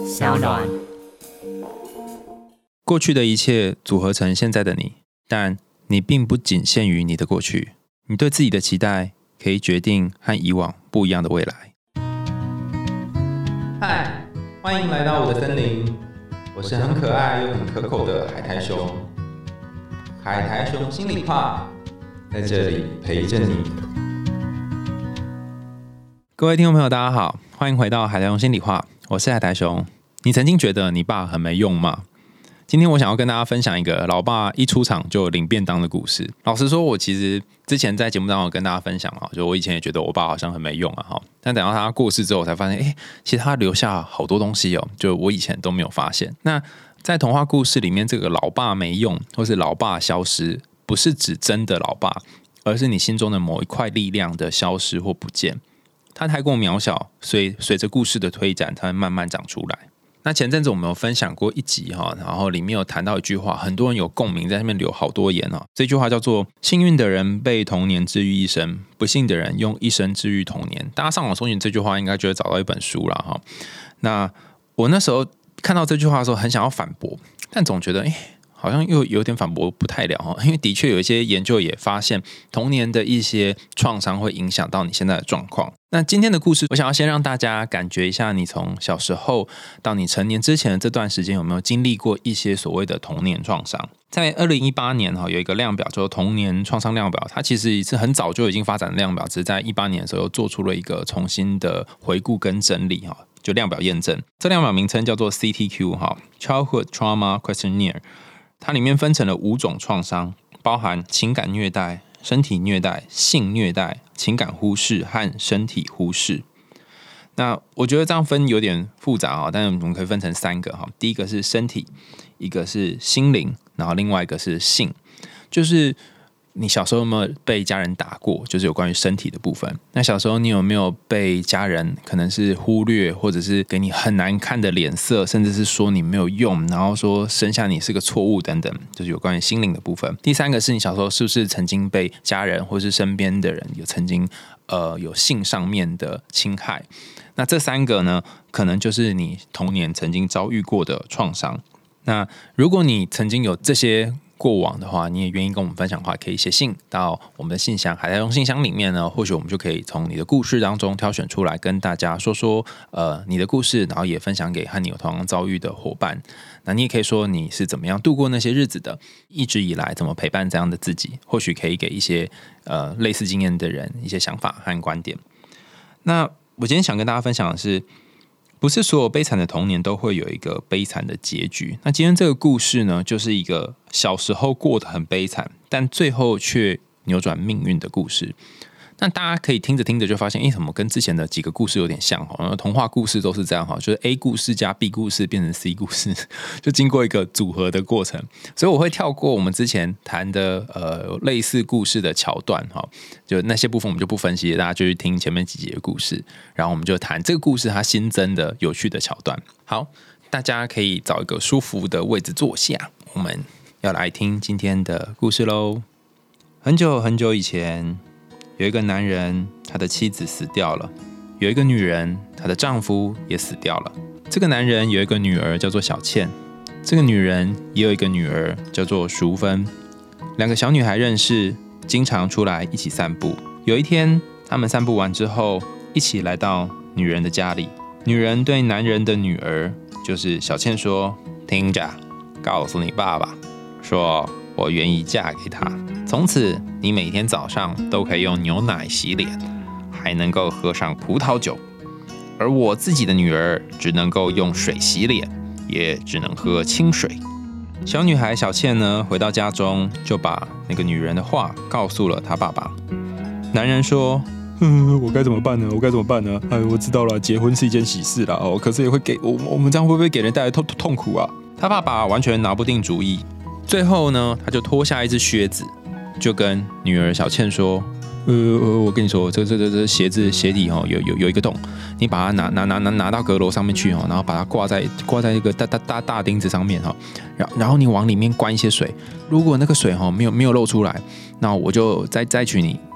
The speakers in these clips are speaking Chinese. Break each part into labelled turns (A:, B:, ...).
A: 小暖。
B: 过去的一切组合成现在的你，但你并不仅限于你的过去。你对自己的期待可以决定和以往不一样的未来。嗨，欢迎来到我的森林，我是很可爱又很可口的海苔熊。海苔熊心里话，在这里陪着你。各位听众朋友，大家好，欢迎回到海苔熊心里话，我是海苔熊。你曾经觉得你爸很没用吗？今天我想要跟大家分享一个老爸一出场就领便当的故事。老实说，我其实之前在节目当中有跟大家分享，就我以前也觉得我爸好像很没用啊，但等到他过世之后，我才发现，其实他留下好多东西哦，就我以前都没有发现。那在童话故事里面，这个老爸没用或是老爸消失，不是指真的老爸，而是你心中的某一块力量的消失或不见。它太过渺小，所以随着故事的推展，它会慢慢长出来。那前阵子我们有分享过一集，然后里面有谈到一句话，很多人有共鸣，在上面留好多言。这句话叫做幸运的人被童年治愈一生，不幸的人用一生治愈童年。大家上网搜寻这句话应该就会找到一本书了。那我那时候看到这句话的时候很想要反驳，但总觉得好像又有点反驳不太了，因为的确有一些研究也发现童年的一些创伤会影响到你现在的状况。那今天的故事我想要先让大家感觉一下，你从小时候到你成年之前的这段时间有没有经历过一些所谓的童年创伤。在2018年有一个量表叫做童年创伤量表，它其实是很早就已经发展的量表，只是在18年的时候做出了一个重新的回顾跟整理，就量表验证。这量表名称叫做 CTQ Childhood Trauma Questionnaire，它里面分成了5种创伤，包含情感虐待、身体虐待、性虐待、情感忽视和身体忽视。那我觉得这样分有点复杂，但是我们可以分成3个。第一个是身体，一个是心灵，然后另外一个是性。就是你小时候有没有被家人打过，就是有关于身体的部分。那小时候你有没有被家人可能是忽略，或者是给你很难看的脸色，甚至是说你没有用，然后说生下你是个错误等等，就是有关于心灵的部分。第3个是你小时候是不是曾经被家人或是身边的人有曾经有性上面的侵害。那这3个呢，可能就是你童年曾经遭遇过的创伤。那如果你曾经有这些过往的话，你也愿意跟我们分享的话，可以写信到我们的信箱海苔熊信箱里面呢，或许我们就可以从你的故事当中挑选出来，跟大家说说你的故事，然后也分享给和你有同样遭遇的伙伴。那你也可以说你是怎么样度过那些日子的，一直以来怎么陪伴这样的自己，或许可以给一些类似经验的人一些想法和观点。那我今天想跟大家分享的是，不是所有悲惨的童年都会有一个悲惨的结局。那今天这个故事呢，就是一个小时候过得很悲惨，但最后却扭转命运的故事。那大家可以听着听着就发现，怎么跟之前的几个故事有点像？童话故事都是这样，就是 A 故事加 B 故事变成 C 故事，就经过一个组合的过程。所以我会跳过我们之前谈的类似故事的桥段，就那些部分我们就不分析了，大家就去听前面几集的故事，然后我们就谈这个故事它新增的有趣的桥段。好，大家可以找一个舒服的位置坐下，我们要来听今天的故事咯。很久很久以前，有一个男人，他的妻子死掉了；有一个女人，她的丈夫也死掉了。这个男人有一个女儿叫做小倩，这个女人也有一个女儿叫做淑芬。2个小女孩认识，经常出来一起散步。有一天，他们散步完之后，一起来到女人的家里。女人对男人的女儿，就是小倩说：“听着，告诉你爸爸，说我愿意嫁给他。从此，你每天早上都可以用牛奶洗脸，还能够喝上葡萄酒。而我自己的女儿只能够用水洗脸，也只能喝清水。”小女孩小倩呢，回到家中就把那个女人的话告诉了她爸爸。男人说：“我该怎么办呢？我该怎么办呢？我知道了，结婚是一件喜事啦，可是也会给我们这样会不会给人带来痛苦啊？”他爸爸完全拿不定主意。最后呢，他就脱下一只靴子，就跟女儿小倩说：“我跟你说，这鞋子鞋底有一个洞，你把它拿到阁楼上面去，然后把它挂在一个大钉子上面，然后你往里面灌一些水，如果那个水没有漏出来，那我就再娶你，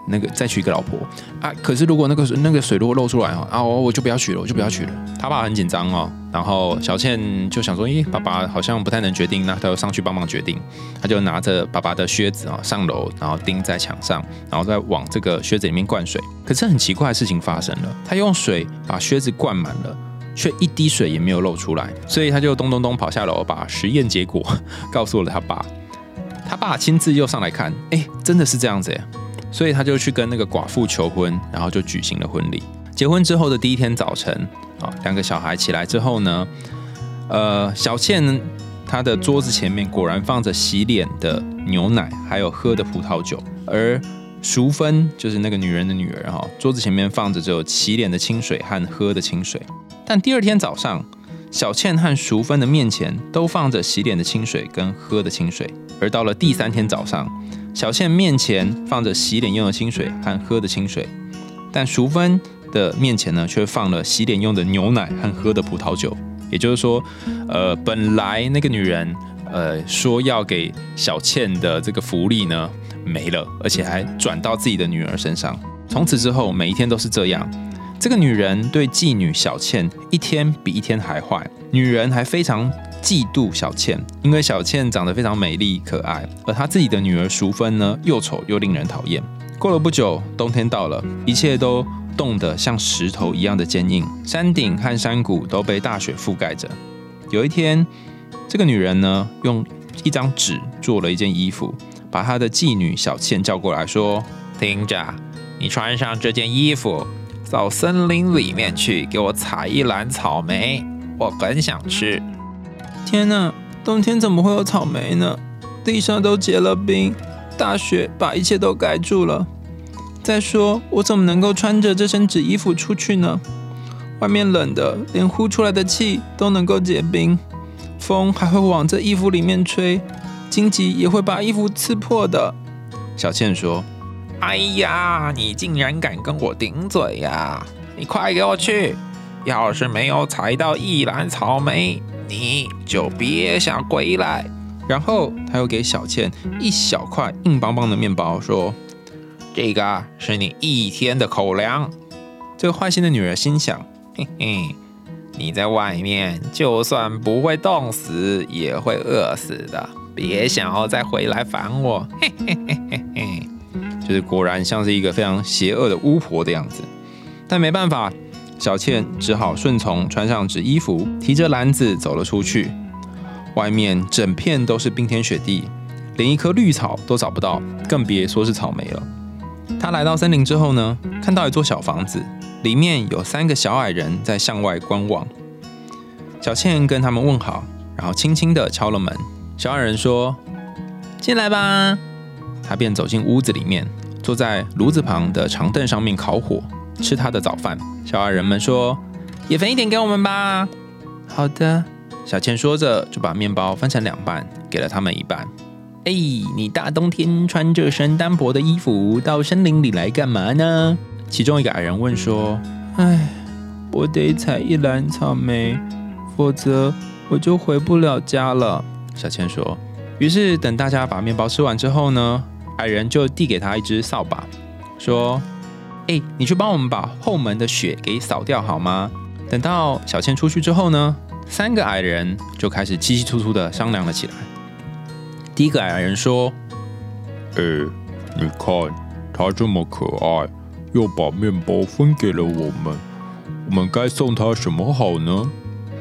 B: 再娶一个老婆啊。可是如果那个水如果漏出来啊，我就不要娶了，他爸很紧张哦。然后小倩就想说，爸爸好像不太能决定，那他就上去帮忙决定。他就拿着爸爸的靴子上楼，然后钉在墙上，然后再往这个靴子里面灌水。可是很奇怪的事情发生了，他用水把靴子灌满了，却一滴水也没有漏出来。所以他就咚咚咚跑下楼，把实验结果告诉了他爸。他爸亲自又上来看，真的是这样子耶。所以他就去跟那个寡妇求婚，然后就举行了婚礼。结婚之后的第一天早晨，2个小孩起来之后呢，小倩她的桌子前面果然放着洗脸的牛奶，还有喝的葡萄酒，而淑芬就是那个女人的女儿桌子前面放着只有洗脸的清水和喝的清水。但第二天早上，小倩和淑芬的面前都放着洗脸的清水跟喝的清水，而到了第3天早上，小倩面前放着洗脸用的清水和喝的清水，但淑芬的面前呢，却放了洗脸用的牛奶和喝的葡萄酒。也就是说，本来那个女人说要给小倩的这个福利呢没了，而且还转到自己的女儿身上。从此之后，每一天都是这样。这个女人对妓女小倩一天比一天还坏，女人还非常嫉妒小倩，因为小倩长得非常美丽可爱，而她自己的女儿淑芬呢，又丑又令人讨厌。过了不久，冬天到了，一切都冻得像石头一样的坚硬，山顶和山谷都被大雪覆盖着。有一天，这个女人呢，用一张纸做了一件衣服，把她的妓女小倩叫过来说：“听着，你穿上这件衣服，到森林里面去，给我采一篮草莓，我很想吃。”天哪，冬天怎么会有草莓呢？地上都结了冰，大雪把一切都盖住了。再说，我怎么能够穿着这身纸衣服出去呢？外面冷的，连呼出来的气都能够结冰，风还会往这衣服里面吹，荆棘也会把衣服刺破的。小倩说：“哎呀，你竟然敢跟我顶嘴呀！你快给我去！要是没有采到一篮草莓，你就别想回来。”然后他又给小倩一小块硬邦邦的面包，说：“这个是你一天的口粮。”这个坏心的女儿心想：“嘿嘿，你在外面就算不会冻死，也会饿死的。别想要再回来烦我。”嘿嘿嘿嘿嘿，就是果然像是一个非常邪恶的巫婆的样子。但没办法，小倩只好顺从，穿上纸衣服，提着篮子走了出去。外面整片都是冰天雪地，连一棵绿草都找不到，更别说是草莓了。他来到森林之后呢，看到一座小房子，里面有3个小矮人在向外观望。小倩跟他们问好，然后轻轻地敲了门。小矮人说：“进来吧。”他便走进屋子里面，坐在炉子旁的长凳上面烤火，吃他的早饭。小矮人们说：“也分一点给我们吧。”好的，小倩说着就把面包分成2半，给了他们1半。你大冬天穿这身单薄的衣服到森林里来干嘛呢？其中一个矮人问说：“我得采一篮草莓，否则我就回不了家了。”小倩说。于是等大家把面包吃完之后呢，矮人就递给他一只扫把，说：“你去帮我们把后门的雪给扫掉好吗？”等到小倩出去之后呢，3个矮人就开始稀稀疏疏的商量了起来。第一个矮人说：“你看他这么可爱，又把面包分给了我们该送他什么好呢？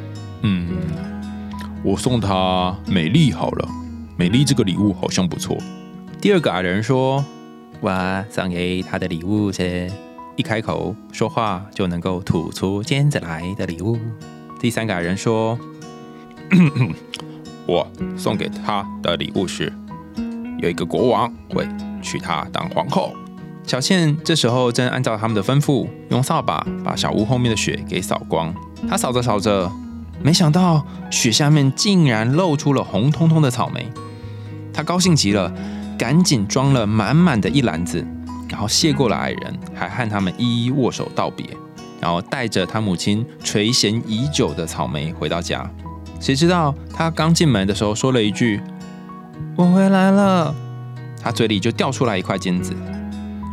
B: 我送他美丽好了，美丽这个礼物好像不错。”第二个矮人说：“我送给他的礼物是一开口说话就能够吐出尖子来的礼物。”第3个矮人说：“我送给他的礼物是有一个国王会娶她当皇后。”小倩这时候正按照他们的吩咐，用扫把把小屋后面的雪给扫光。她扫着扫着，没想到雪下面竟然露出了红彤彤的草莓。她高兴极了，赶紧装了满满的一篮子，然后谢过了矮人，还和他们一一握手道别，然后带着他母亲垂涎已久的草莓回到家。谁知道他刚进门的时候说了一句：“我回来了。”他嘴里就掉出来一块金子。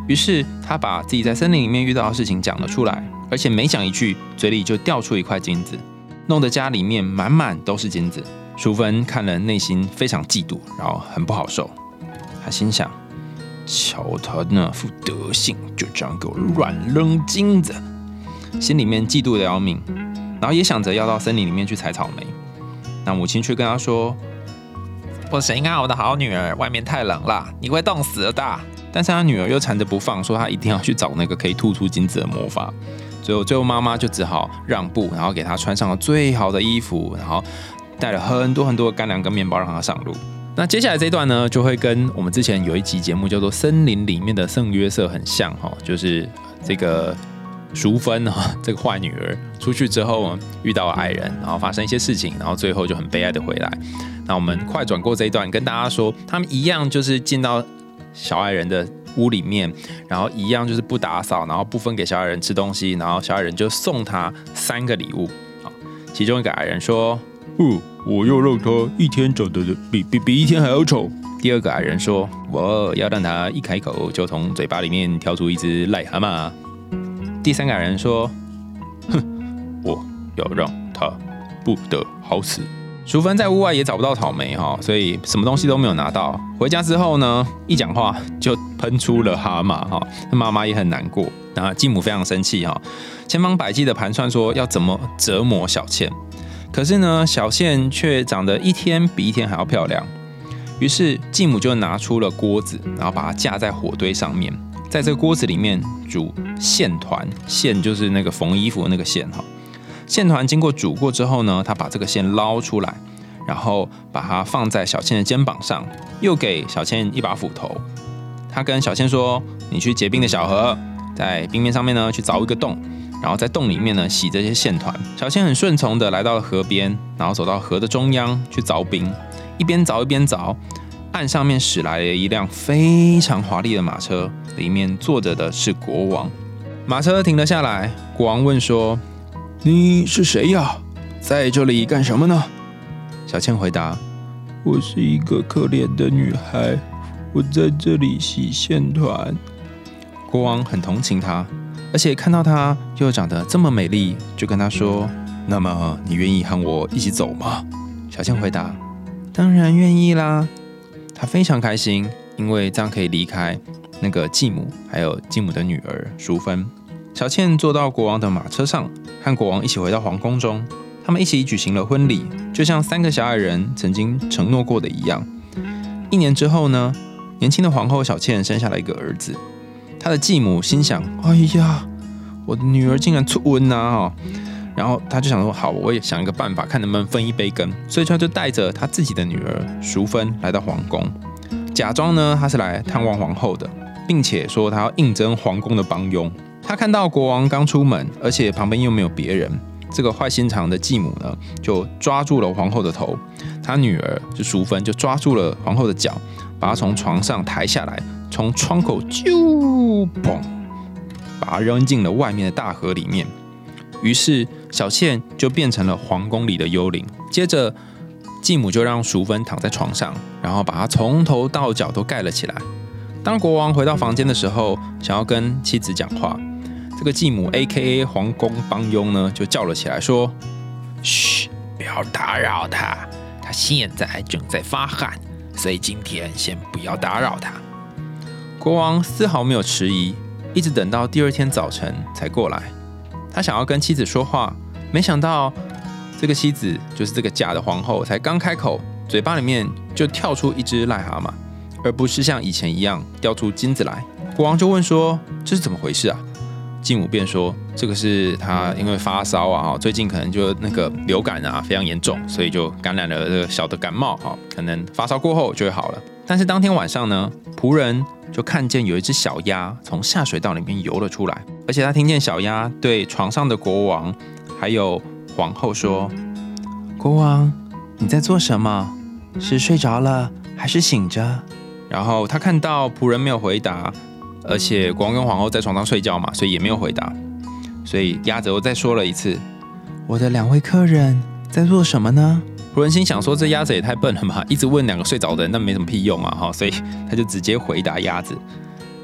B: 于是他把自己在森林里面遇到的事情讲了出来，而且每讲一句，嘴里就掉出一块金子，弄得家里面满满都是金子。淑芬看了内心非常嫉妒，然后很不好受。他心想：瞧他那副德行，就这样给我乱扔金子，心里面嫉妒的要命。然后也想着要到森林里面去采草莓。那母亲却跟他说：不行啊，我的好女儿，外面太冷了，你会冻死的。但是他女儿又缠着不放，说她一定要去找那个可以吐出金子的魔法。最后妈妈就只好让步，然后给她穿上了最好的衣服，然后带了很多的干粮跟面包让她上路。那接下来这一段呢，就会跟我们之前有一集节目叫做《森林里面的圣约瑟》很像，就是这个淑芬这个坏女儿出去之后遇到了爱人，然后发生一些事情，然后最后就很悲哀的回来。那我们快转过这一段，跟大家说，他们一样就是进到小矮人的屋里面，然后一样就是不打扫，然后不分给小矮人吃东西，然后小矮人就送他3个礼物。其中一个矮人说：我要让他一天长得比一天还要丑。第二个矮人说：我要让他一开口就从嘴巴里面跳出一只癞蛤蟆。第三个矮人说：我要让他不得好死。淑芬在屋外也找不到草莓，所以什么东西都没有拿到。回家之后呢，一讲话就喷出了蛤蟆，妈妈也很难过。那继母非常生气，千方百计的盘算说要怎么折磨小倩。可是呢，小倩却长得一天比一天还要漂亮。于是继母就拿出了锅子，然后把它架在火堆上面，在这个锅子里面煮线团，线就是那个缝衣服的那个线。线团经过煮过之后呢，他把这个线捞出来，然后把它放在小倩的肩膀上，又给小倩一把斧头。他跟小倩说：你去结冰的小河，在冰面上面呢去凿一个洞，然后在洞里面呢洗这些线团。小倩很顺从的来到了河边，然后走到河的中央去凿冰，一边凿一边凿。岸上面驶来了一辆非常华丽的马车，里面坐着的是国王。马车停了下来，国王问说：你是谁呀？在这里干什么呢？小倩回答：我是一个可怜的女孩，我在这里洗线团。国王很同情她，而且看到她又长得这么美丽，就跟她说：那么你愿意和我一起走吗？小倩回答：当然愿意啦。她非常开心，因为这样可以离开那个继母还有继母的女儿淑芬。小倩坐到国王的马车上，和国王一起回到皇宫中。他们一起举行了婚礼，就像3个小矮人曾经承诺过的一样。1年之后呢，年轻的皇后小倩生下了一个儿子。她的继母心想：哎呀，我的女儿竟然出瘟啊！然后她就想说：好，我也想一个办法，看能不能分一杯羹。所以她就带着她自己的女儿淑芬来到皇宫，假装呢她是来探望皇后的，并且说她要应征皇宫的帮佣。他看到国王刚出门，而且旁边又没有别人，这个坏心肠的继母呢，就抓住了皇后的头，他女儿就淑芬就抓住了皇后的脚，把她从床上抬下来，从窗口就砰，把她扔进了外面的大河里面。于是小倩就变成了皇宫里的幽灵。接着继母就让淑芬躺在床上，然后把她从头到脚都盖了起来。当国王回到房间的时候，想要跟妻子讲话，这个继母 AKA 皇宫帮佣呢，就叫了起来说：嘘，不要打扰他，他现在正在发汗，所以今天先不要打扰他。国王丝毫没有迟疑，一直等到第2天早晨才过来。他想要跟妻子说话，没想到这个妻子就是这个假的皇后，才刚开口，嘴巴里面就跳出一只癞蛤蟆，而不是像以前一样掉出金子来。国王就问说：这是怎么回事啊？继母便说：这个是他因为发烧啊，最近可能就那个流感啊非常严重，所以就感染了这个小的感冒，可能发烧过后就会好了。但是当天晚上呢，仆人就看见有一只小鸭从下水道里面游了出来，而且他听见小鸭对床上的国王还有皇后说：国王，你在做什么？是睡着了还是醒着？然后他看到仆人没有回答，而且国王跟皇后在床上睡觉嘛，所以也没有回答。所以鸭子又再说了一次：我的2位客人在做什么呢？仆人心想说：这鸭子也太笨了吧，一直问2个睡着的人，那没什么屁用啊！所以他就直接回答鸭子：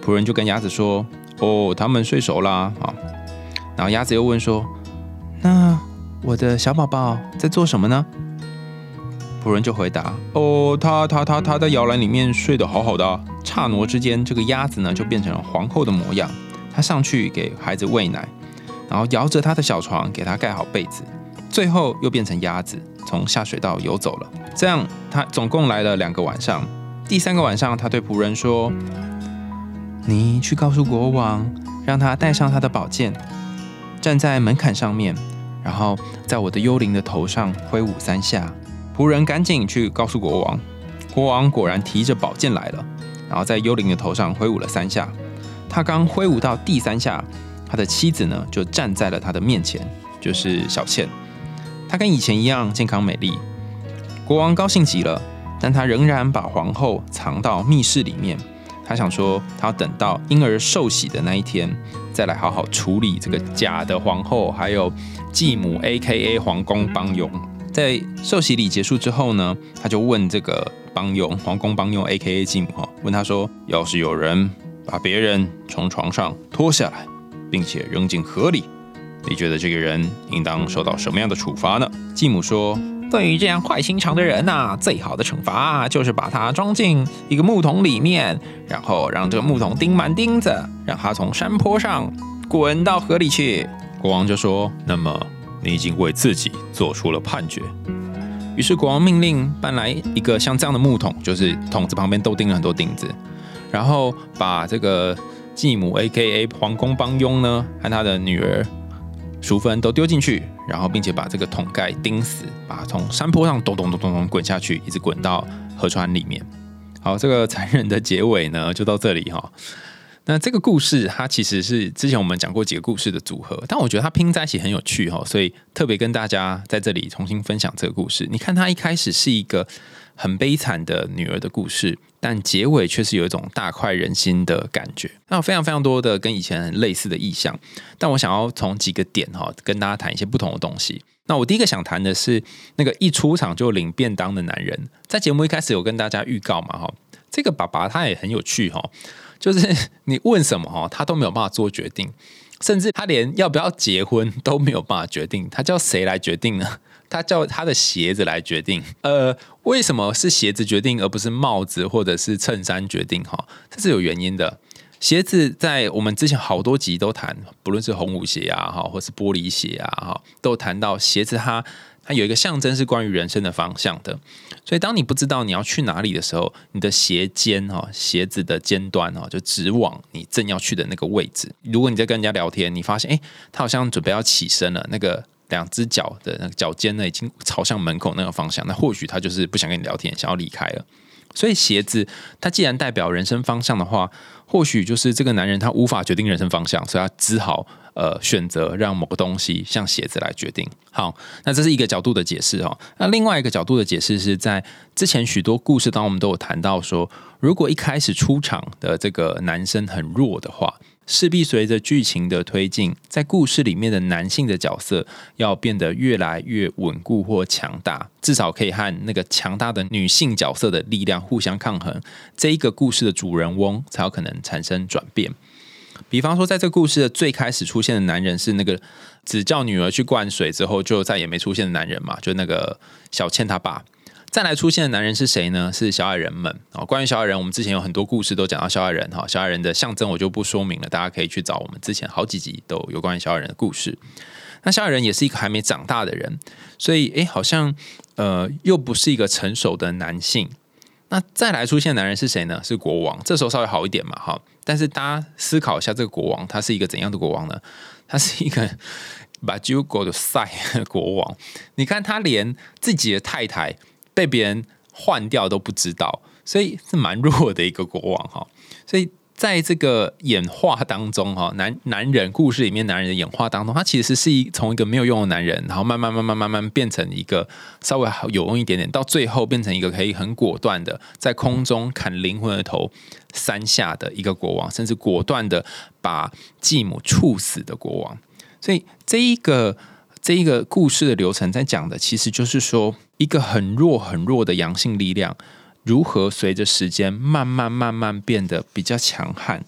B: 仆人就跟鸭子说：“哦，他们睡熟啦。”然后鸭子又问说：“那我的小宝宝在做什么呢？”仆人就回答：“哦，他在摇篮里面睡得好好的啊。”刹那之间，这个鸭子呢就变成了皇后的模样。她上去给孩子喂奶，然后摇着她的小床给他盖好被子，最后又变成鸭子，从下水道游走了。这样，她总共来了2个晚上。第3个晚上，她对仆人说：“你去告诉国王，让他带上他的宝剑，站在门槛上面，然后在我的幽灵的头上挥舞3下。”仆人赶紧去告诉国王，国王果然提着宝剑来了，然后在幽灵的头上挥舞了3下。他刚挥舞到第3下，他的妻子呢就站在了他的面前，就是小倩。她跟以前一样健康美丽。国王高兴极了，但他仍然把皇后藏到密室里面。他想说，他要等到婴儿受洗的那一天，再来好好处理这个假的皇后，还有继母 AKA 皇宫帮佣。在受洗礼结束之后呢，他就问这个帮佣，皇宫帮佣 AKA 继母，问他说：“要是有人把别人从床上拖下来，并且扔进河里，你觉得这个人应当受到什么样的处罚呢？”继母说：“对于这样坏心肠的人啊，最好的惩罚就是把他装进一个木桶里面，然后让这个木桶钉满钉子，让他从山坡上滚到河里去。”国王就说：“那么你已经为自己做出了判决。”于是国王命令搬来一个像这样的木桶，就是桶子旁边都钉了很多钉子，然后把这个继母 AKA 皇宫帮佣呢和他的女儿淑芬都丢进去，然后并且把这个桶盖钉死，把它从山坡上咚咚咚咚咚滚下去，一直滚到河川里面。好，这个残忍的结尾呢就到这里哈。那这个故事它其实是之前我们讲过几个故事的组合，但我觉得它拼在一起很有趣哈，所以特别跟大家在这里重新分享这个故事。你看它一开始是一个很悲惨的女儿的故事，但结尾却是有一种大快人心的感觉。那有非常非常多的跟以前很类似的意象，但我想要从几个点跟大家谈一些不同的东西。那我第一个想谈的是那个一出场就领便当的男人，在节目一开始有跟大家预告嘛，这个爸爸他也很有趣，就是你问什么他都没有办法做决定，甚至他连要不要结婚都没有办法决定。他叫谁来决定呢？他叫他的鞋子来决定。为什么是鞋子决定而不是帽子或者是衬衫决定？这是有原因的。鞋子在我们之前好多集都谈，不论是红舞鞋啊，或是玻璃鞋啊，都有谈到鞋子它有一个象征是关于人生的方向的。所以当你不知道你要去哪里的时候，你的鞋尖鞋子的尖端就直往你正要去的那个位置。如果你在跟人家聊天，你发现他好像准备要起身了，那个2只脚的那个脚尖呢已经朝向门口那个方向，那或许他就是不想跟你聊天，想要离开了。所以鞋子它既然代表人生方向的话，或许就是这个男人他无法决定人生方向，所以他只好选择让某个东西像鞋子来决定。好，那这是一个角度的解释那另外一个角度的解释是在之前许多故事当中我们都有谈到说，如果一开始出场的这个男生很弱的话，势必随着剧情的推进，在故事里面的男性的角色要变得越来越稳固或强大，至少可以和那个强大的女性角色的力量互相抗衡，这一个故事的主人翁才有可能产生转变。比方说在这个故事的最开始出现的男人是那个只叫女儿去灌水之后就再也没出现的男人嘛，就那个小倩她爸。再来出现的男人是谁呢？是小矮人们。关于小矮人，我们之前有很多故事都讲到小矮人，小矮人的象征我就不说明了，大家可以去找我们之前好几集都有关于小矮人的故事。那小矮人也是一个还没长大的人，所以好像又不是一个成熟的男性。那再来出现的男人是谁呢？是国王。这时候稍微好一点嘛，但是大家思考一下，这个国王他是一个怎样的国王呢？他是一个把酒狗的赛国王。你看他连自己的太太被别人换掉都不知道，所以是蛮弱的一个国王。所以在这个演化当中，男人故事里面男人的演化当中，他其实是从一个没有用的男人，然后慢慢变成一个稍微有用一点点，到最后变成一个可以很果断的在空中砍灵魂的头3下的一个国王，甚至果断的把继母处死的国王。所以这一个故事的流程在讲的其实就是说，一个很弱的阳性力量如何随着时间慢慢变得比较强悍，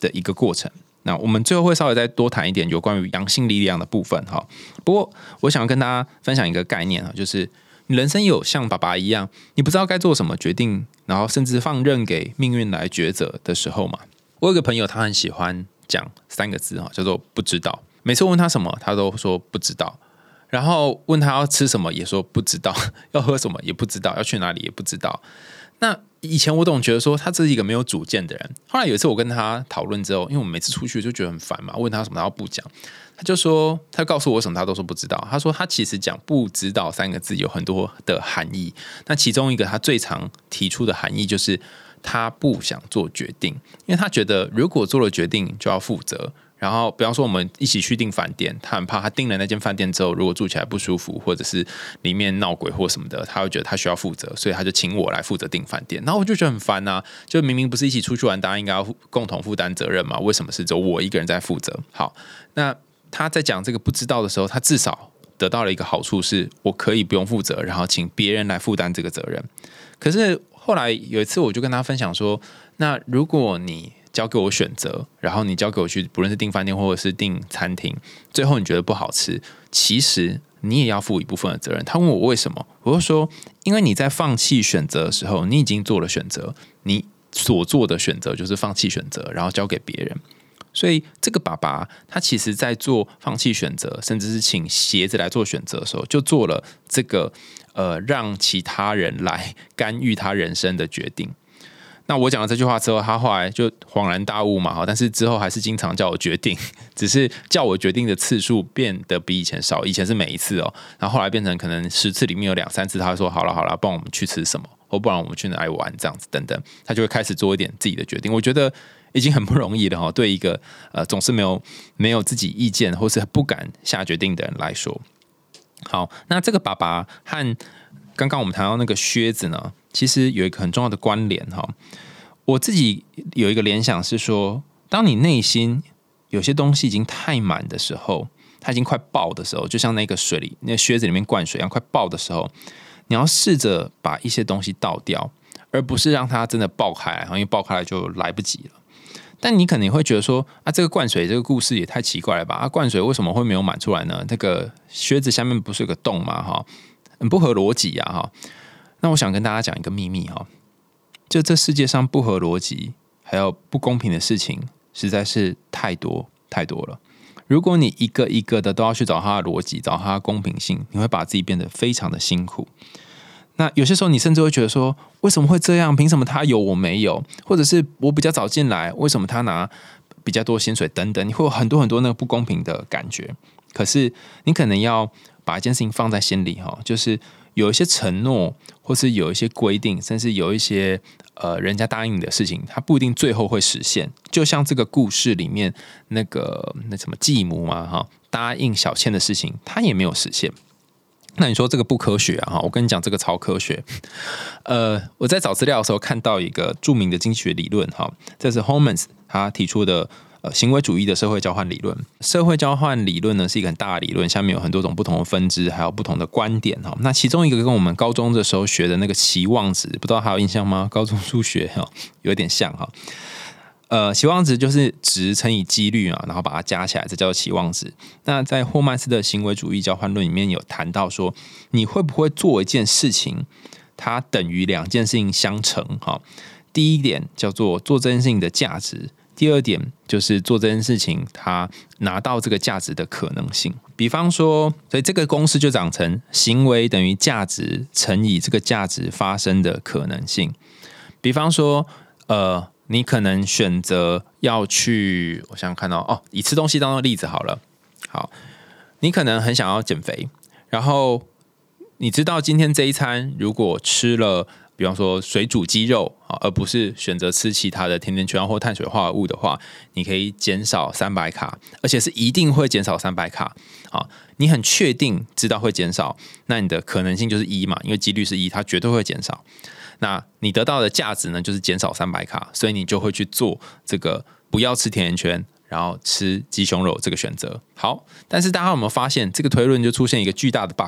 B: 的一个过程。那我们最后会稍微再多谈一点有关于阳性力量的部分哈。不过我想要跟大家分享一个概念，就是你人生有像爸爸一样，你不知道该做什么决定，然后甚至放任给命运来抉择的时候嘛。我有个朋友，他很喜欢讲3个字叫做不知道。每次问他什么，他都说不知道。然后问他要吃什么，也说不知道；要喝什么也不知道；要去哪里也不知道。那以前我总觉得说他是一个没有主见的人。后来有一次我跟他讨论之后，因为我们每次出去就觉得很烦嘛，问他什么他不讲，他就说他告诉我什么他都说不知道。他说他其实讲不知道3个字有很多的含义。那其中一个他最常提出的含义就是他不想做决定，因为他觉得如果做了决定就要负责。然后比方说我们一起去订饭店，他很怕他订了那间饭店之后，如果住起来不舒服，或者是里面闹鬼或什么的，他会觉得他需要负责，所以他就请我来负责订饭店。然后我就觉得很烦啊，就明明不是一起出去玩，大家应该要共同负担责任嘛，为什么是只有我一个人在负责？好，那他在讲这个不知道的时候，他至少得到了一个好处，是我可以不用负责，然后请别人来负担这个责任。可是后来有一次我就跟他分享说，那如果你交给我选择，然后你交给我去，不论是订饭店或者是订餐厅，最后你觉得不好吃，其实你也要负一部分的责任。他问我为什么，我就说，因为你在放弃选择的时候，你已经做了选择，你所做的选择就是放弃选择，然后交给别人。所以这个爸爸他其实在做放弃选择，甚至是请鞋子来做选择的时候，就做了这个让其他人来干预他人生的决定。那我讲了这句话之后，他后来就恍然大悟嘛，但是之后还是经常叫我决定，只是叫我决定的次数变得比以前少，以前是每一次然后后来变成可能10次里面有2-3次，他说好了，不然我们去吃什么，或不然我们去哪里玩这样子等等，他就会开始做一点自己的决定。我觉得已经很不容易了对一个总是没有自己意见或是不敢下决定的人来说。好，那这个爸爸和刚刚我们谈到那个靴子呢，其实有一个很重要的关联我自己有一个联想是说，当你内心有些东西已经太满的时候，它已经快爆的时候，就像那个水里那靴子里面灌水一样快爆的时候，你要试着把一些东西倒掉，而不是让它真的爆开来，因为爆开来就来不及了。但你可能会觉得说这个灌水这个故事也太奇怪了吧？灌水为什么会没有满出来呢？那个靴子下面不是有个洞吗？很不合逻辑啊！那我想跟大家讲一个秘密就这世界上不合逻辑还有不公平的事情实在是太多太多了。如果你一个一个的都要去找它的逻辑，找它的公平性，你会把自己变得非常的辛苦。那有些时候你甚至会觉得说，为什么会这样？凭什么他有我没有？或者是我比较早进来，为什么他拿比较多薪水等等，你会有很多很多那个不公平的感觉。可是你可能要把一件事情放在心里就是有一些承诺，或是有一些规定，甚至有一些人家答应你的事情，它不一定最后会实现。就像这个故事里面那什么继母嘛答应小倩的事情，他也没有实现。那你说这个不科学啊？我跟你讲，这个超科学。我在找资料的时候看到一个著名的经济学理论这是 Homans 他提出的行为主义的社会交换理论。社会交换理论呢是一个很大的理论，下面有很多种不同的分支，还有不同的观点那其中一个跟我们高中的时候学的那个期望值，不知道还有印象吗？高中数学有点像期望值就是值乘以几率然后把它加起来，这叫做期望值。那在霍曼斯的行为主义交换论里面有谈到说，你会不会做一件事情，它等于2件事情相乘第一点叫做做这件事情的价值，第二点就是做这件事情它拿到这个价值的可能性。比方说，所以这个公式就长成行为等于价值乘以这个价值发生的可能性。比方说你可能选择要去，我想想看以吃东西当做例子好了。好，你可能很想要减肥，然后你知道今天这一餐如果吃了，比方说水煮鸡肉而不是选择吃其他的甜甜圈或碳水化合物的话，你可以减少300卡，而且是一定会减少300卡。你很确定知道会减少，那你的可能性就是1嘛，因为几率是1，它绝对会减少。那你得到的价值呢，就是减少300卡，所以你就会去做这个不要吃甜甜圈，然后吃鸡胸肉这个选择。好，但是大家有没有发现这个推论就出现一个巨大的 bug？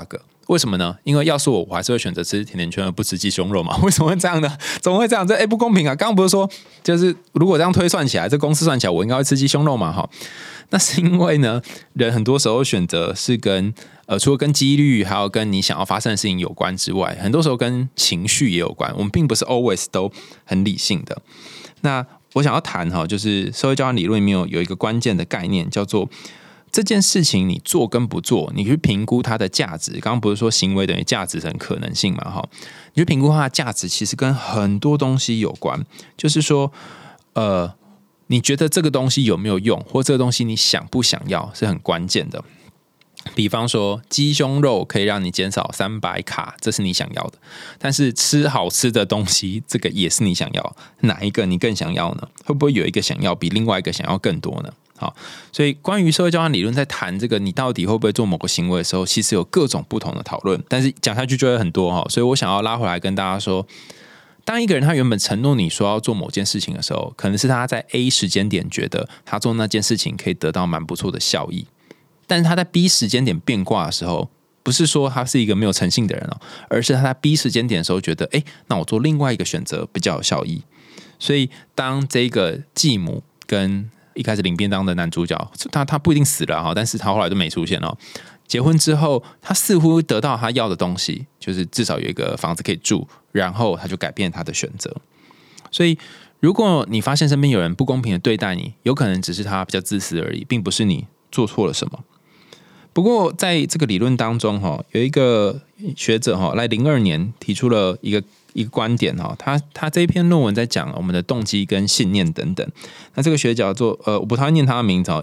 B: 为什么呢？因为要是我还是会选择吃甜甜圈而不吃鸡胸肉嘛。为什么会这样呢？怎么会这样？这不公平啊！刚刚不是说，就是如果这样推算起来，这公式算起来，我应该会吃鸡胸肉嘛？哈，那是因为呢，人很多时候选择是跟除了跟几率还有跟你想要发生的事情有关之外，很多时候跟情绪也有关。我们并不是 always 都很理性的。那我想要谈就是社会交换理论里面有一个关键的概念，叫做这件事情你做跟不做，你去评估它的价值。刚刚不是说行为等于价值等可能性嘛？你去评估它的价值，其实跟很多东西有关。就是说，你觉得这个东西有没有用，或这个东西你想不想要，是很关键的。比方说，鸡胸肉可以让你减少300卡，这是你想要的。但是吃好吃的东西，这个也是你想要，哪一个你更想要呢？会不会有一个想要比另外一个想要更多呢？好，所以关于社会交换理论在谈这个你到底会不会做某个行为的时候，其实有各种不同的讨论，但是讲下去就会很多。所以我想要拉回来跟大家说，当一个人他原本承诺你说要做某件事情的时候，可能是他在 A 时间点觉得他做那件事情可以得到蛮不错的效益，但是他在 B 时间点变卦的时候，不是说他是一个没有诚信的人而是他在 B 时间点的时候觉得，那我做另外一个选择比较有效益。所以当这个继母跟一开始领便当的男主角，他不一定死了，但是他后来就没出现了。结婚之后，他似乎得到他要的东西，就是至少有一个房子可以住，然后他就改变他的选择。所以如果你发现身边有人不公平的对待你，有可能只是他比较自私而已，并不是你做错了什么。不过在这个理论当中，有一个学者来02年提出了一个观点，他这一篇论文在讲我们的动机跟信念等等。那这个学者叫做我不太会念他的名字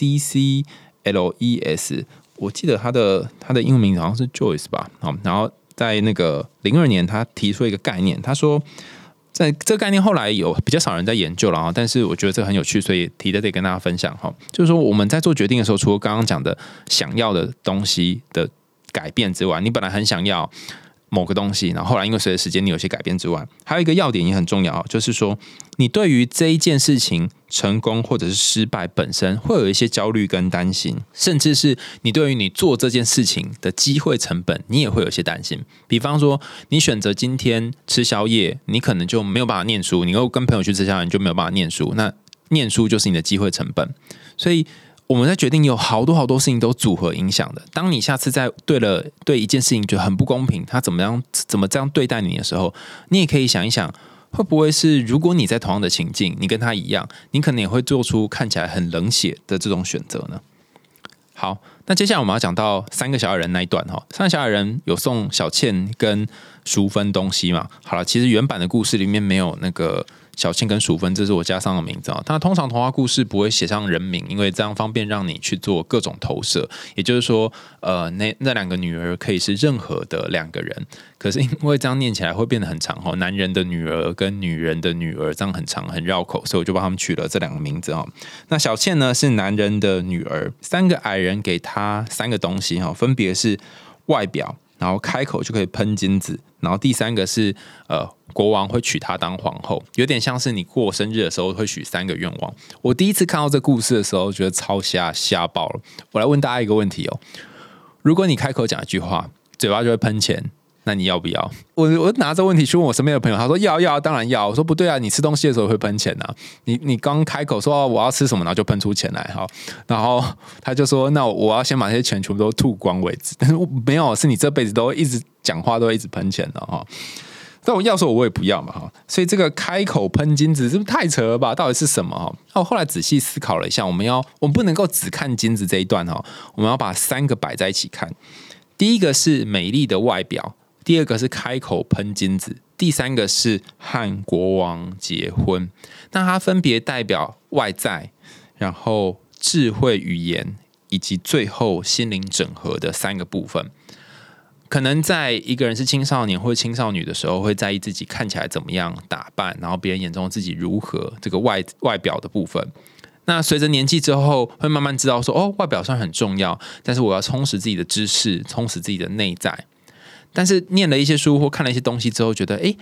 B: ECCLES， 我记得他的英文名字好像是 Joyce 吧。然后在那个02年他提出一个概念，他说在这个概念后来有比较少人在研究了，但是我觉得这个很有趣，所以提在这里跟大家分享。就是说我们在做决定的时候，除了刚刚讲的想要的东西的改变之外，你本来很想要某个东西，然后后来因为随着时间你有些改变之外，还有一个要点也很重要，就是说你对于这一件事情成功或者是失败本身会有一些焦虑跟担心，甚至是你对于你做这件事情的机会成本你也会有一些担心。比方说你选择今天吃宵夜，你可能就没有办法念书，你又跟朋友去吃宵夜，你就没有办法念书，那念书就是你的机会成本。所以我们在决定有好多事情都组合影响的。当你下次在对一件事情觉得很不公平，他怎么这样对待你的时候，你也可以想一想，会不会是如果你在同样的情境，你跟他一样，你可能也会做出看起来很冷血的这种选择呢？好，那接下来我们要讲到3个小矮人那一段。3个小矮人有送小倩跟淑芬东西嘛？好了，其实原版的故事里面没有那个小倩跟淑芬，这是我加上的名字。但通常童话故事不会写上人名，因为这样方便让你去做各种投射。也就是说，那2个女儿可以是任何的2个人，可是因为这样念起来会变得很长，男人的女儿跟女人的女儿，这样很长很绕口，所以我就帮他们取了这2个名字。那小倩呢是男人的女儿，3个矮人给她3个东西，分别是外表，然后开口就可以喷金子，然后第3个是国王会娶她当皇后，有点像是你过生日的时候会许3个愿望。我第一次看到这故事的时候觉得超瞎爆了。我来问大家一个问题如果你开口讲一句话，嘴巴就会喷钱，那你要不要？我拿这问题去问我身边的朋友，他说要，当然要。我说不对啊，你吃东西的时候会喷钱啊，你刚开口说我要吃什么，然后就喷出钱来，然后他就说那我要先把这些钱全部都吐光为止。但是没有，是你这辈子都一直讲话都会一直喷钱的但我要说我也不要嘛所以这个开口喷金子是不是太扯了吧？到底是什么我后来仔细思考了一下，我们不能够只看金子这一段我们要把3个摆在一起看。第一个是美丽的外表，第2个是开口喷金子，第3个是和国王结婚。那它分别代表外在，然后智慧语言，以及最后心灵整合的3个部分。可能在一个人是青少年或青少女的时候，会在意自己看起来怎么样打扮，然后别人眼中自己如何，这个外表的部分。那随着年纪之后，会慢慢知道说外表上很重要，但是我要充实自己的知识，充实自己的内在。但是念了一些书或看了一些东西之后，觉得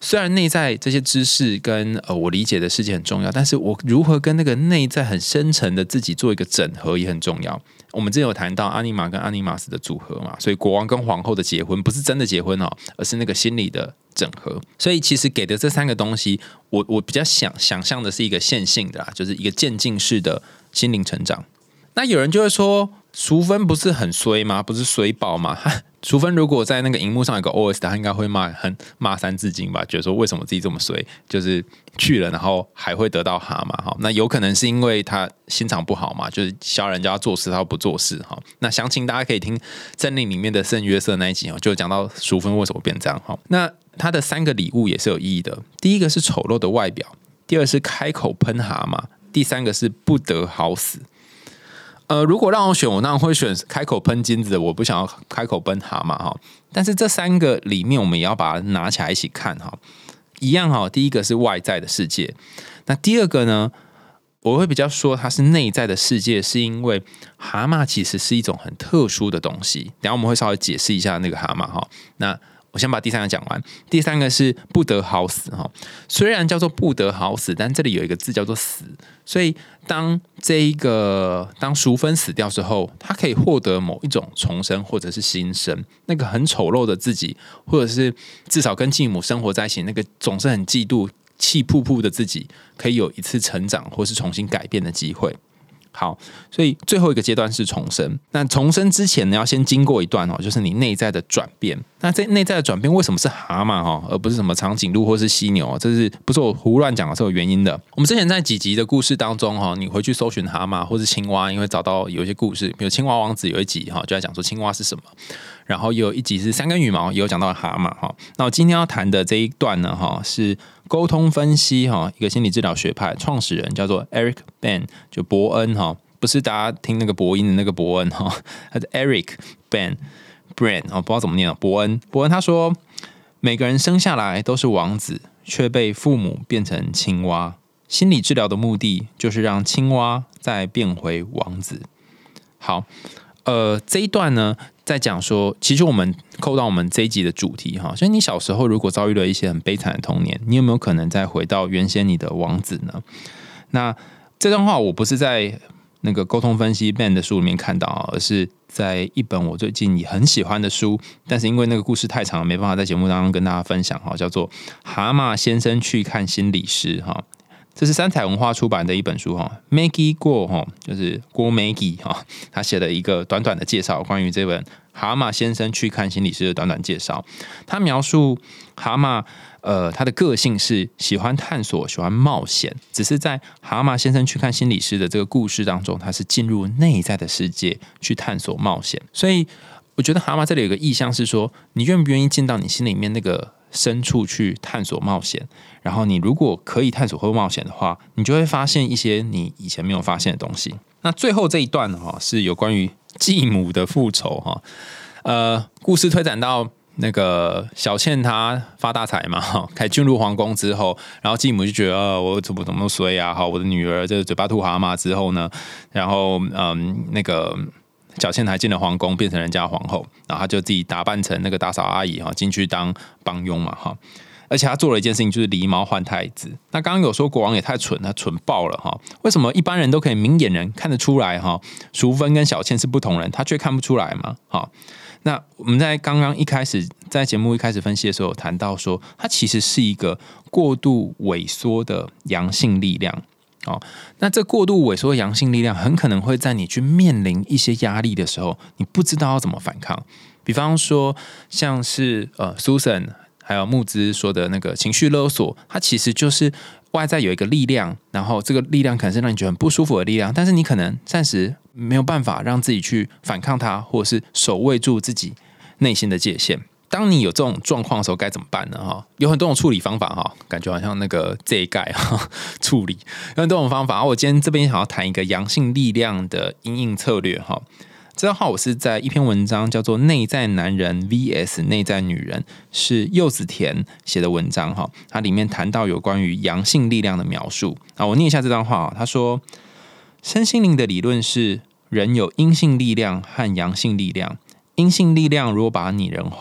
B: 虽然内在这些知识跟我理解的世界很重要，但是我如何跟那个内在很深层的自己做一个整合也很重要。我们之前有谈到阿尼玛跟阿尼玛斯的组合嘛，所以国王跟皇后的结婚不是真的结婚哦，而是那个心理的整合。所以其实给的这3个东西，我比较想象的是一个线性的啦，就是一个渐进式的心灵成长。那有人就会说，淑芬不是很衰吗？不是衰爆吗？淑芬如果在那个荧幕上有个 OS， 他应该会骂三字经吧，觉得说为什么自己这么衰，就是去了然后还会得到蛤蟆。那有可能是因为他心肠不好嘛，就是教人家做事他不做事。那详情大家可以听森林里面的圣约瑟那一集，就讲到淑芬为什么变这样。那他的3个礼物也是有意义的，第一个是丑陋的外表，第二是开口喷蛤蟆，第3个是不得好死。如果让我选，我当然会选开口喷金子，我不想要开口喷蛤蟆。但是这3个里面，我们也要把它拿起来一起看。一样，第一个是外在的世界，那第二个呢，我会比较说它是内在的世界，是因为蛤蟆其实是一种很特殊的东西。等一下我们会稍微解释一下那个蛤蟆。那我先把第3个讲完。第3个是不得好死。虽然叫做不得好死，但这里有一个字叫做死，所以当淑芬死掉之后，他可以获得某一种重生或者是新生，那个很丑陋的自己，或者是至少跟继母生活在一起那个总是很嫉妒气噗噗的自己，可以有一次成长或是重新改变的机会。好，所以最后一个阶段是重生。那重生之前呢，要先经过一段就是你内在的转变。那这内在的转变为什么是蛤蟆而不是什么长颈鹿或是犀牛？这是不是我胡乱讲的？是有原因的。我们之前在几集的故事当中你回去搜寻蛤蟆或是青蛙，你会找到有一些故事，比如青蛙王子有一集就在讲说青蛙是什么。然后也有一集是3根羽毛，也有讲到蛤蟆。那我今天要谈的这一段呢是沟通分析一个心理治疗学派创始人叫做 Eric Ben， 就伯恩不是大家听那个伯音的那个伯恩他是 Eric Ben Brain 不知道怎么念伯恩他说，每个人生下来都是王子，却被父母变成青蛙。心理治疗的目的就是让青蛙再变回王子。好，这一段呢，在讲说，其实我们扣到我们这一集的主题所以你小时候如果遭遇了一些很悲惨的童年，你有没有可能再回到原先你的王子呢？那这段话我不是在那个沟通分析 Ben 的书里面看到，而是在一本我最近也很喜欢的书，但是因为那个故事太长了，没办法在节目当中跟大家分享叫做《蛤蟆先生去看心理师》这是三彩文化出版的一本书Maggie 郭就是郭 Maggie 他写了一个短短的介绍，关于这本蛤蟆先生去看心理师的短短介绍。他描述蛤蟆他的个性是喜欢探索，喜欢冒险，只是在蛤蟆先生去看心理师的这个故事当中，他是进入内在的世界去探索冒险。所以我觉得蛤蟆这里有个意象是说，你愿不愿意进到你心里面那个深处去探索冒险，然后你如果可以探索或冒险的话，你就会发现一些你以前没有发现的东西。那最后这一段是有关于继母的复仇故事推展到那个小倩她发大财嘛开始进入皇宫之后，然后继母就觉得我怎么那么衰啊，我的女儿这嘴巴吐蛤蟆之后呢，然后那个小倩还进了皇宫，变成人家皇后，然后她就自己打扮成那个打扫阿姨进去当帮佣嘛而且她做了一件事情，就是狸猫换太子。那刚刚有说国王也太蠢，他蠢爆了为什么一般人都可以明眼人看得出来淑芬跟小倩是不同人，他却看不出来嘛那我们在刚刚一开始在节目一开始分析的时候有谈到说，它其实是一个过度萎缩的阳性力量那这过度萎缩的阳性力量很可能会在你去面临一些压力的时候，你不知道要怎么反抗。比方说像是Susan 还有穆兹说的那个情绪勒索，它其实就是外在有一个力量，然后这个力量可能是让你觉得很不舒服的力量，但是你可能暂时没有办法让自己去反抗它，或者是守卫住自己内心的界限。当你有这种状况的时候该怎么办呢？有很多种处理方法感觉好像那个这一盖处理有很多种方法。我今天这边想要谈一个阳性力量的因应策略这段话我是在一篇文章叫做《内在男人 vs 内在女人》，是柚子田写的文章它里面谈到有关于阳性力量的描述。我念一下这段话他说，身心灵的理论是人有阴性力量和阳性力量，阴性力量如果把它拟人化，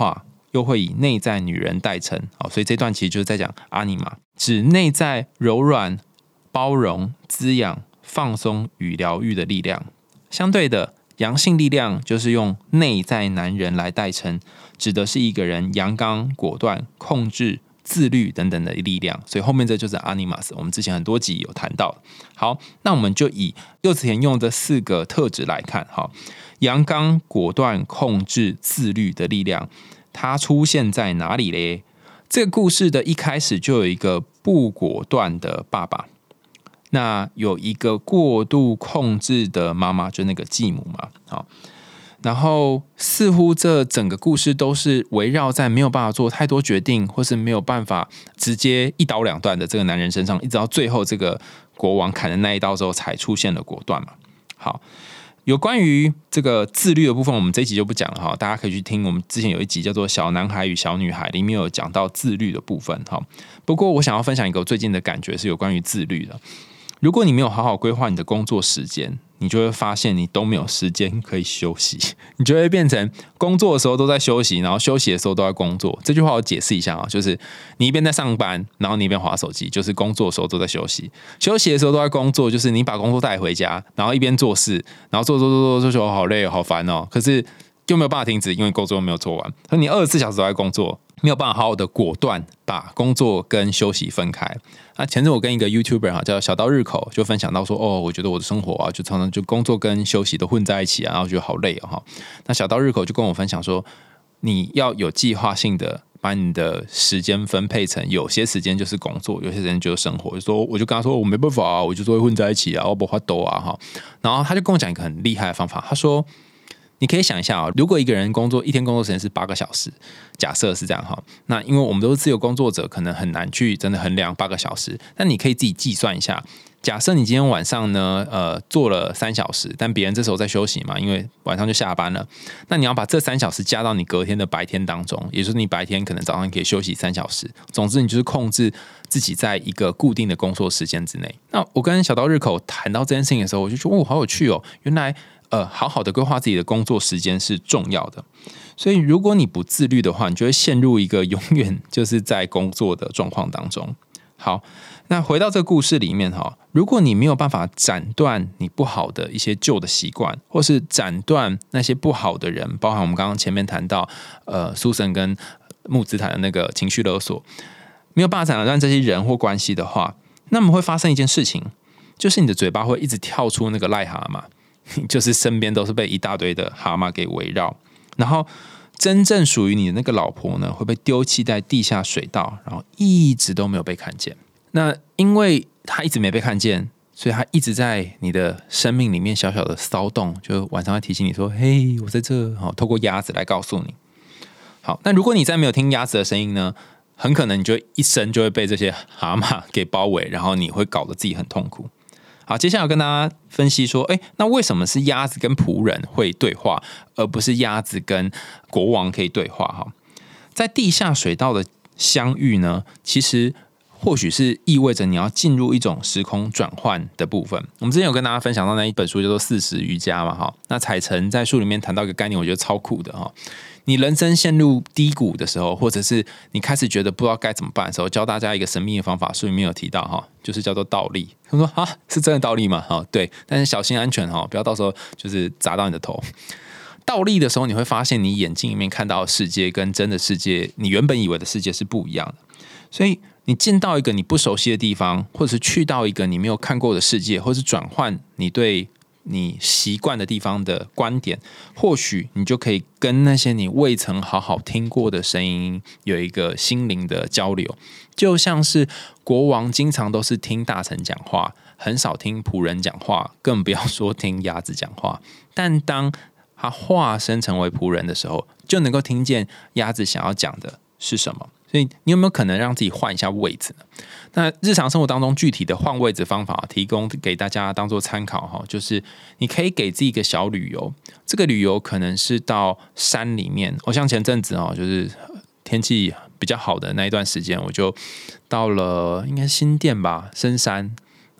B: 又会以内在女人代称。所以这段其实就是在讲阿尼玛，指内在柔软、包容、滋养、放松与疗愈的力量。相对的，阳性力量就是用内在男人来代称，指的是一个人阳刚、果断、控制、自律等等的力量。所以后面这就是 Animus， 我们之前很多集有谈到。好，那我们就以柚子甜用这4个特质来看。好，阳刚、果断、控制、自律的力量，它出现在哪里嘞？这个故事的一开始就有一个不果断的爸爸，那有一个过度控制的妈妈，就那个继母嘛。好，然后似乎这整个故事都是围绕在没有办法做太多决定，或是没有办法直接一刀两断的这个男人身上，一直到最后这个国王砍的那一刀之后，才出现了果断嘛。好，有关于这个自律的部分，我们这一集就不讲了哈，大家可以去听我们之前有一集叫做《小男孩与小女孩》，里面有讲到自律的部分哈。不过我想要分享一个我最近的感觉是有关于自律的。如果你没有好好规划你的工作时间，你就会发现你都没有时间可以休息，你就会变成工作的时候都在休息，然后休息的时候都在工作。这句话我解释一下啊，就是你一边在上班，然后你一边滑手机，就是工作的时候都在休息；休息的时候都在工作，就是你把工作带回家，然后一边做事，然后做，说好累好烦哦，可是又没有办法停止，因为工作又没有做完，所以你24小时都在工作，没有办法好好的果断把工作跟休息分开。前阵我跟一个 YouTuber 叫小刀日口就分享到说，我觉得我的生活啊，就常常就工作跟休息都混在一起啊，然后觉得好累哦。那小刀日口就跟我分享说，你要有计划性的把你的时间分配成，有些时间就是工作，有些时间就是生活。我就跟他说，我没办法啊，我就是会混在一起啊，我不法度啊。然后他就跟我讲一个很厉害的方法，他说，你可以想一下如果一个人一天工作时间是8个小时，假设是这样那因为我们都是自由工作者，可能很难去真的衡量8个小时，但你可以自己计算一下。假设你今天晚上呢，做了3小时，但别人这时候在休息嘛，因为晚上就下班了。那你要把这3小时加到你隔天的白天当中，也就是你白天可能早上可以休息3小时。总之，你就是控制自己在一个固定的工作时间之内。那我跟小刀日口谈到这件事情的时候，我就觉得好有趣哦，原来好好的规划自己的工作时间是重要的。所以如果你不自律的话，你就会陷入一个永远就是在工作的状况当中。好，那回到这个故事里面如果你没有办法斩断你不好的一些旧的习惯，或是斩断那些不好的人，包含我们刚刚前面谈到苏神跟木子谈的那个情绪勒索，没有办法斩断这些人或关系的话，那么会发生一件事情，就是你的嘴巴会一直跳出那个癞蛤蟆，就是身边都是被一大堆的蛤蟆给围绕，然后真正属于你的那个老婆呢，会被丢弃在地下水道，然后一直都没有被看见。那因为他一直没被看见，所以他一直在你的生命里面小小的骚动，就晚上会提醒你说：“嘿，我在这。”透过鸭子来告诉你。好，那如果你再没有听鸭子的声音呢，很可能你就一生就会被这些蛤蟆给包围，然后你会搞得自己很痛苦。好，接下来我跟大家分析说，那为什么是鸭子跟仆人会对话，而不是鸭子跟国王可以对话？在地下水道的相遇呢，其实或许是意味着你要进入一种时空转换的部分。我们之前有跟大家分享到那一本书叫做《40瑜伽》嘛，那彩晨在书里面谈到一个概念，我觉得超酷的你人生陷入低谷的时候，或者是你开始觉得不知道该怎么办的时候，教大家一个神秘的方法，书里面有提到就是叫做倒立。他说是真的倒立吗？对，但是小心安全不要到时候就是砸到你的头。倒立的时候，你会发现你眼睛里面看到的世界跟真的世界，你原本以为的世界是不一样的。所以你进到一个你不熟悉的地方，或者是去到一个你没有看过的世界，或是转换你对你习惯的地方的观点，或许你就可以跟那些你未曾好好听过的声音有一个心灵的交流。就像是国王经常都是听大臣讲话，很少听仆人讲话，更不要说听鸭子讲话。但当他化身成为仆人的时候，就能够听见鸭子想要讲的是什么。所以你有没有可能让自己换一下位置呢？那日常生活当中具体的换位置方法提供给大家当做参考就是你可以给自己一个小旅游，这个旅游可能是到山里面。像前阵子就是天气比较好的那一段时间，我就到了应该是新店吧，深山，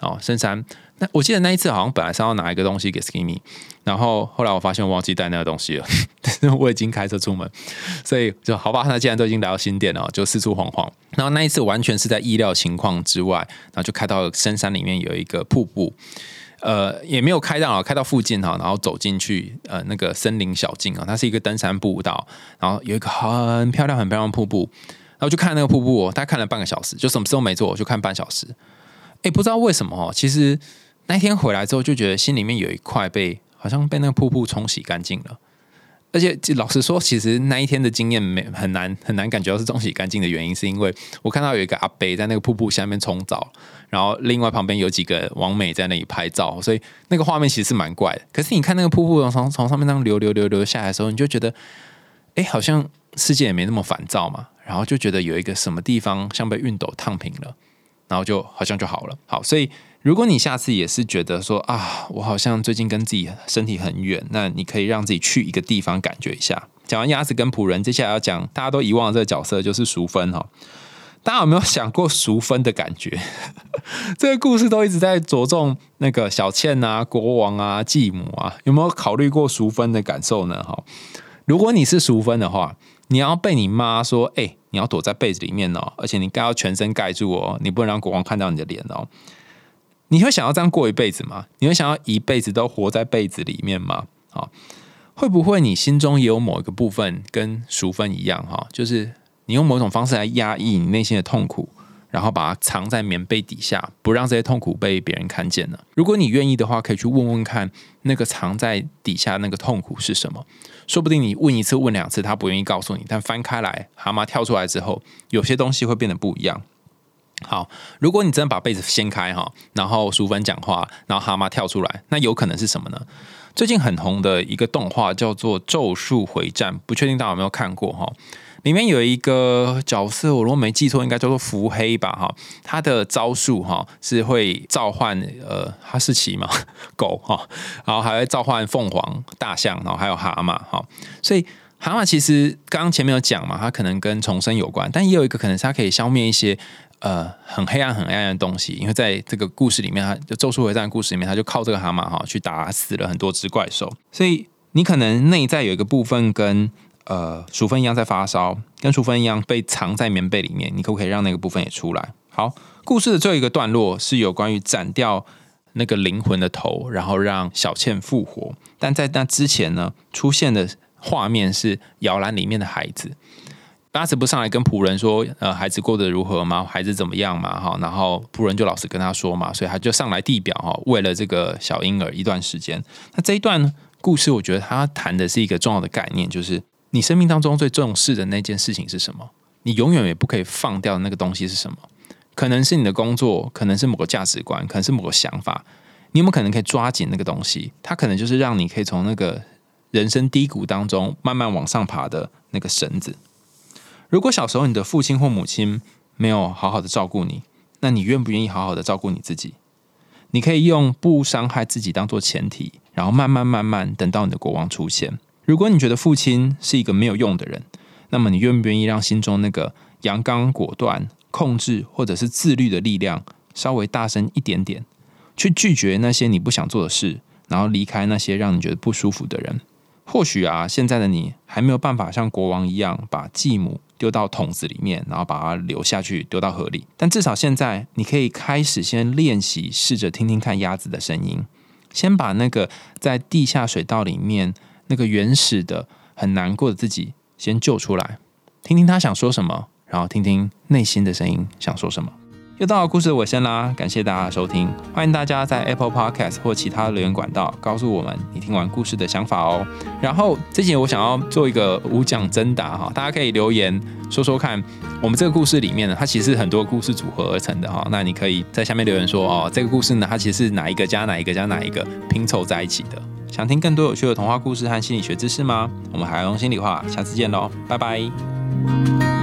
B: 深山。那我记得那一次好像本来是要拿一个东西给 Skinny， 然后后来我发现我忘记带那个东西了，但是我已经开车出门，所以就好吧，那既然都已经来到新店了，就四处晃晃。然后那一次完全是在意料情况之外，然后就开到深山里面有一个瀑布。也没有开到附近然后走进去那个森林小径它是一个登山步道，然后有一个很漂亮的瀑布，然后就看那个瀑布大概看了半个小时，就什么事都没做，就看半小时。不知道为什么其实那天回来之后就觉得心里面有一块好像被那个瀑布冲洗干净了。而且老实说，其实那一天的经验很难感觉到是冲洗干净的原因，是因为我看到有一个阿伯在那个瀑布下面冲澡，然后另外旁边有几个网美在那里拍照，所以那个画面其实是蛮怪的。可是你看那个瀑布从上面那样流下来的时候，你就觉得，好像世界也没那么烦躁嘛，然后就觉得有一个什么地方像被熨斗烫平了，然后就好像就好了。好，所以如果你下次也是觉得说我好像最近跟自己身体很远，那你可以让自己去一个地方感觉一下。讲完鸭子跟仆人，接下来要讲大家都遗忘的这个角色，就是淑芬大家有没有想过淑芬的感觉？这个故事都一直在着重那个小倩啊、国王啊、继母啊，有没有考虑过淑芬的感受呢？如果你是淑芬的话，你要被你妈说，你要躲在被子里面而且你该要全身盖住你不能让国王看到你的脸你会想要这样过一辈子吗？你会想要一辈子都活在被子里面吗？会不会你心中也有某一个部分跟淑芬一样就是你用某种方式来压抑你内心的痛苦，然后把它藏在棉被底下，不让这些痛苦被别人看见了。如果你愿意的话，可以去问问看那个藏在底下那个痛苦是什么。说不定你问一次问两次他不愿意告诉你，但翻开来蛤蟆跳出来之后，有些东西会变得不一样。好，如果你真的把被子掀开然后淑芬讲话，然后蛤蟆跳出来，那有可能是什么呢？最近很红的一个动画叫做《咒术回战》，不确定大家有没有看过里面有一个角色，我如果没记错，应该叫做伏黑吧他的招数是会召唤哈士奇嘛狗然后还会召唤凤凰、大象，然后还有蛤蟆所以蛤蟆其实刚刚前面有讲嘛，它可能跟重生有关，但也有一个可能是它可以消灭一些很黑暗的东西，因为在这个故事里面，就咒术回战的故事里面，他就靠这个蛤蟆去打死了很多只怪兽，所以你可能内在有一个部分跟淑芬一样在发烧，跟淑芬一样被藏在棉被里面，你可不可以让那个部分也出来？好，故事的最后一个段落是有关于斩掉那个灵魂的头，然后让小倩复活，但在那之前呢，出现的画面是摇篮里面的孩子。八子不上来跟仆人说孩子过得如何吗？孩子怎么样嘛？然后仆人就老实跟他说嘛，所以他就上来递表为了这个小婴儿一段时间。那这一段故事我觉得他谈的是一个重要的概念，就是你生命当中最重视的那件事情是什么？你永远也不可以放掉的那个东西是什么？可能是你的工作，可能是某个价值观，可能是某个想法，你有没有可能可以抓紧那个东西？它可能就是让你可以从那个人生低谷当中慢慢往上爬的那个绳子。如果小时候你的父亲或母亲没有好好的照顾你，那你愿不愿意好好的照顾你自己？你可以用不伤害自己当做前提，然后慢慢等到你的国王出现。如果你觉得父亲是一个没有用的人，那么你愿不愿意让心中那个阳刚果断、控制或者是自律的力量稍微大声一点点，去拒绝那些你不想做的事，然后离开那些让你觉得不舒服的人？或许现在的你还没有办法像国王一样把继母丢到桶子里面，然后把它流下去丢到河里，但至少现在你可以开始先练习，试着听听看鸭子的声音，先把那个在地下水道里面那个原始的很难过的自己先救出来，听听他想说什么，然后听听内心的声音想说什么。又到了故事的尾声啦，感谢大家的收听，欢迎大家在 Apple Podcast 或其他留言管道告诉我们你听完故事的想法哦。然后这集我想要做一个无奖征答大家可以留言说说看，我们这个故事里面呢，它其实很多故事组合而成的那你可以在下面留言说这个故事呢，它其实是哪一个加哪一个加哪一个拼凑在一起的。想听更多有趣的童话故事和心理学知识吗？我们海洋心理话，下次见喽，拜拜。